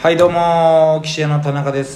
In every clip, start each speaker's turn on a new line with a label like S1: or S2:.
S1: はいどうも岸谷の田中です。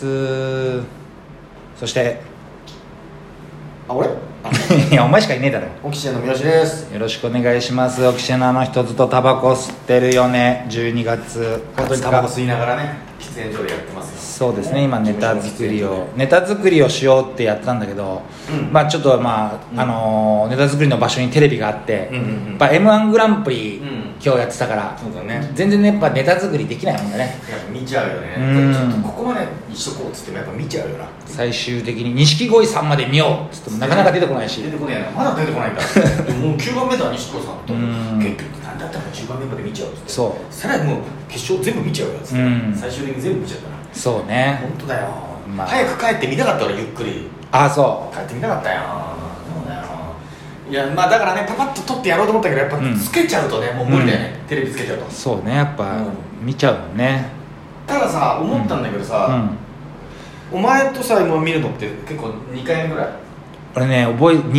S1: そして
S2: 俺
S1: いやお前しかいねえだろ。
S2: 岸谷の三好です。
S1: よろしくお願いします。岸谷のあの人ずっとタバコ吸ってるよね。12月
S2: 本当にタバコ吸いながらね喫煙所でやってますよ。
S1: そうですね、今ネタ作りをしようってやったんだけど、まあちょっとネタ作りの場所にテレビがあって、やっぱ M1 グランプリ、今日やってたから、
S2: そうだね、
S1: 全然ねやっぱネタ作りできないもんだね。
S2: やっぱ見ちゃうよね。ちょっとここまでにしとこうっつってもやっぱ見ちゃうよな。
S1: 最終的に錦鯉さんまで見ようっつってもなかなか出てこないし、
S2: 出てこないな、まだ出てこないんだでももう9番目だ錦鯉さんと結局なんだったら10番目まで見ちゃうっつって、
S1: そう
S2: さらにもう決勝全部見ちゃうやつ、最終的に全部見ちゃったな。
S1: そうね、
S2: 本当だよ、早く帰って見たかったらゆっくり。
S1: そう
S2: 帰って見たかったよ。そうだよ。いやまあだからね、パパッと撮ってやろうと思ったけどやっぱつけちゃうとね、もう無理だよね、テレビつけちゃうと。
S1: そうね、やっぱ、見ちゃうもんね。
S2: たださ、思ったんだけどさ、お前とさ今見るのって結構2回目ぐらい。
S1: 俺ね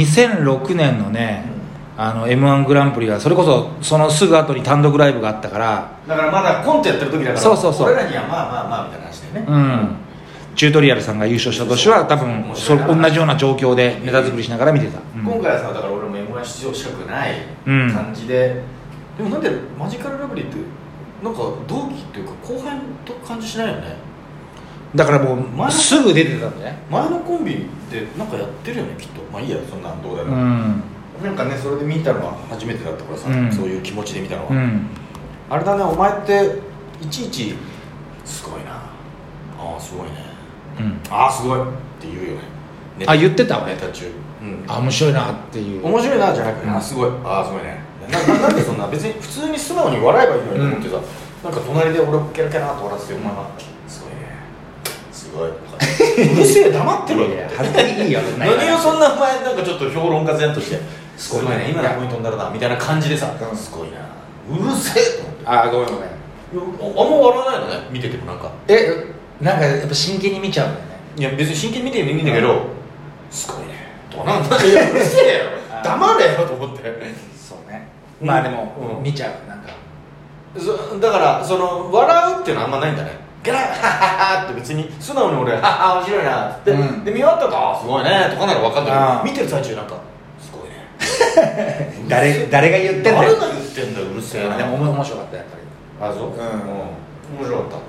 S1: 2006年のね、M1 グランプリはそれこそそのすぐ後に単独ライブがあったから、
S2: だからまだコントやってる時だから、
S1: そう俺
S2: らにはまあまあまあみたいな話でね、
S1: チュートリアルさんが優勝した年は多分同じような状況でネタ作りしながら見てた、
S2: 今回はさだから俺も M1 出場資格ない感じで、でもなんでマジカルラブリーってなんか同期っていうか後輩と感じしないよね。
S1: だからもうすぐ出てたんだね。
S2: 前のコンビでなんかやってるよねきっと。まあいいや、そんなんどうだろう、なんかね、それで見たのは初めてだったからさ、そういう気持ちで見たのは、あれだね、お前っていちいちすごいな、ああすごいね、ああすごいって言うよね。
S1: 言ってた俺
S2: ネタ中、
S1: 面白いなっていう。
S2: 面白いなじゃなくて、すごい、ああすごいね、なんでそんな別に普通に素直に笑えばいいのにと思ってさ、なんか隣で俺をケラケラと笑ってて、お前はすごいね、すごい、うるせえ黙ってるわけ。
S1: 恥ずかしいよ。
S2: 何をそんなお前なんかちょっと評論家然としてすごいね、今のポイントになるなみたいな感じでさ、すごいな、うるせえと思って。
S1: ごめんごめん、
S2: あんま笑わないのね、見てても。なんか
S1: なんかやっぱ真剣に見ちゃうんだよね。
S2: いや別に真剣に見てもいいんだけど、すごいねとかなんだ、いやうるせえよ黙れよと思って。
S1: そうね、まあでも見ちゃう。なんか
S2: だからその笑うっていうのはあんまないんだね。ゲラッハッハッって別に素直に俺ハッハ面白いなって、で見終わったとすごいねとかなら分かんないけど、見てる最中なんかすごいね
S1: 誰が言ってんだよ。
S2: 誰が言ってんだよ、うるせえな。
S1: でも面白かったやっぱり。
S2: そう、面白かった。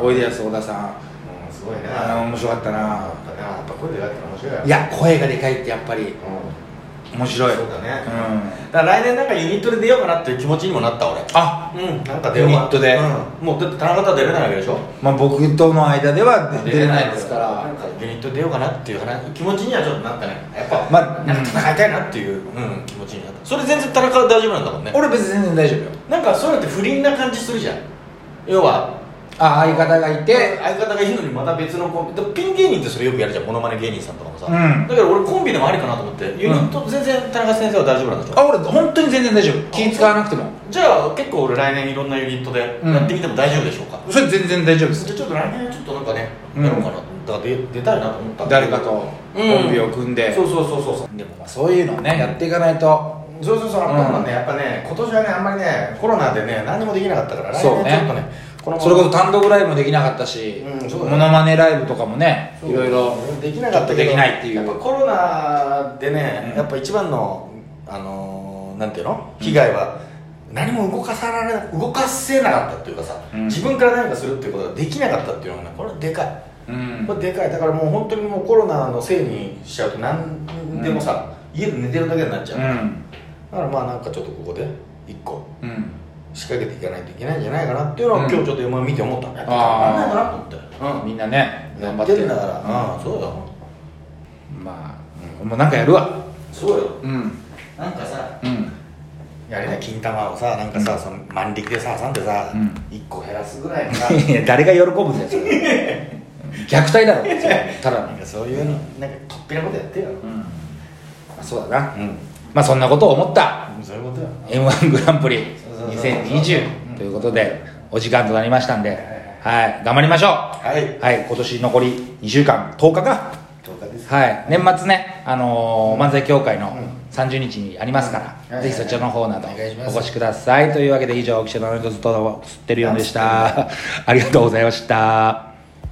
S1: おいでやす小田さん、
S2: すごいね、
S1: 面白かったな。やっ
S2: ぱ声でかいって面白いよ。
S1: いや声がでかいってやっぱり面白い。
S2: そうだね。だから来年なんかユニットで出ようかなっていう気持ちにもなった俺。なんか出ようかな。ユニットで。もうだって田中とは出れないわけでしょ。
S1: まあ僕との間では出れないですから。
S2: なんかユニットで出ようかなっていう気持ちにはちょっとなったね。やっぱなんか戦いたいなっていう気持ちになった。それ全然田中は大丈夫なんだもんね。
S1: 俺別に全然大丈夫よ。
S2: なんかそういうのって不倫な感じするじゃん。要は。
S1: 相方がいて、
S2: 相方がいるのにまた別のコンビ、ピン芸人ってそれよくやるじゃん、モノマネ芸人さんとかもさ、だから俺コンビでもありかなと思って。ユニット全然田中先生は大丈夫なんでしょ。
S1: 俺本当に全然大丈夫、気使わなくても。じ
S2: ゃあ結構俺来年いろんなユニットでやってみても大丈夫でしょうか。
S1: それ全然大丈夫です。
S2: じゃあちょっと来年ちょっとなんかねやろうかな、だから出たいなと思った。
S1: 誰かとコンビを組んで、
S2: そう
S1: でもまあそういうのをねやっていかないと。
S2: そうやっぱね、今年はねあんまりねコロナでね何もできなかったから、来年ちょっとね
S1: それこそ単独ライブもできなかったし、モノマネライブとかもねいろいろ
S2: できなかったけど、
S1: できないっていう。
S2: やっぱコロナでね、やっぱ一番のなんていうの被害は何も動かせなかったっていうかさ、自分から何かするっていうことができなかったっていうのがね、これはでかい。これでかい。だからもう本当にもうコロナのせいにしちゃうと何でもさ、家で寝てるだけになっちゃう。だからまあなんかちょっとここで一個仕掛けていかないといけないんじゃないかなっていうのを今日ちょっと今見て思ったんだよ。頑張んないかなと思って。みんなね頑張ってるんだから。そうよ。
S1: まあもうなんかやるわ。
S2: そうよ。なんかさ、やれな金玉をさ、なんかさ、その万力でさ挟んでさ、1個減らすぐらいのさ。
S1: 誰が喜ぶんだよそれ。虐待だろただ
S2: なんかそういうなんかとっぴなことやってよ。
S1: そうだな。まあそんなことを思った
S2: そういうことよ。
S1: M1 グランプリ2020ということでお時間となりましたんで、はい頑張りましょう。はい今年残り2週間10日か。
S2: 10日です。
S1: はい年末ね漫才協会の 30日にありますから、ぜひそちらの方など
S2: お願いします
S1: お越しください。というわけで以上、記者のネタずっと吸ってるようでした。ありがとうございました。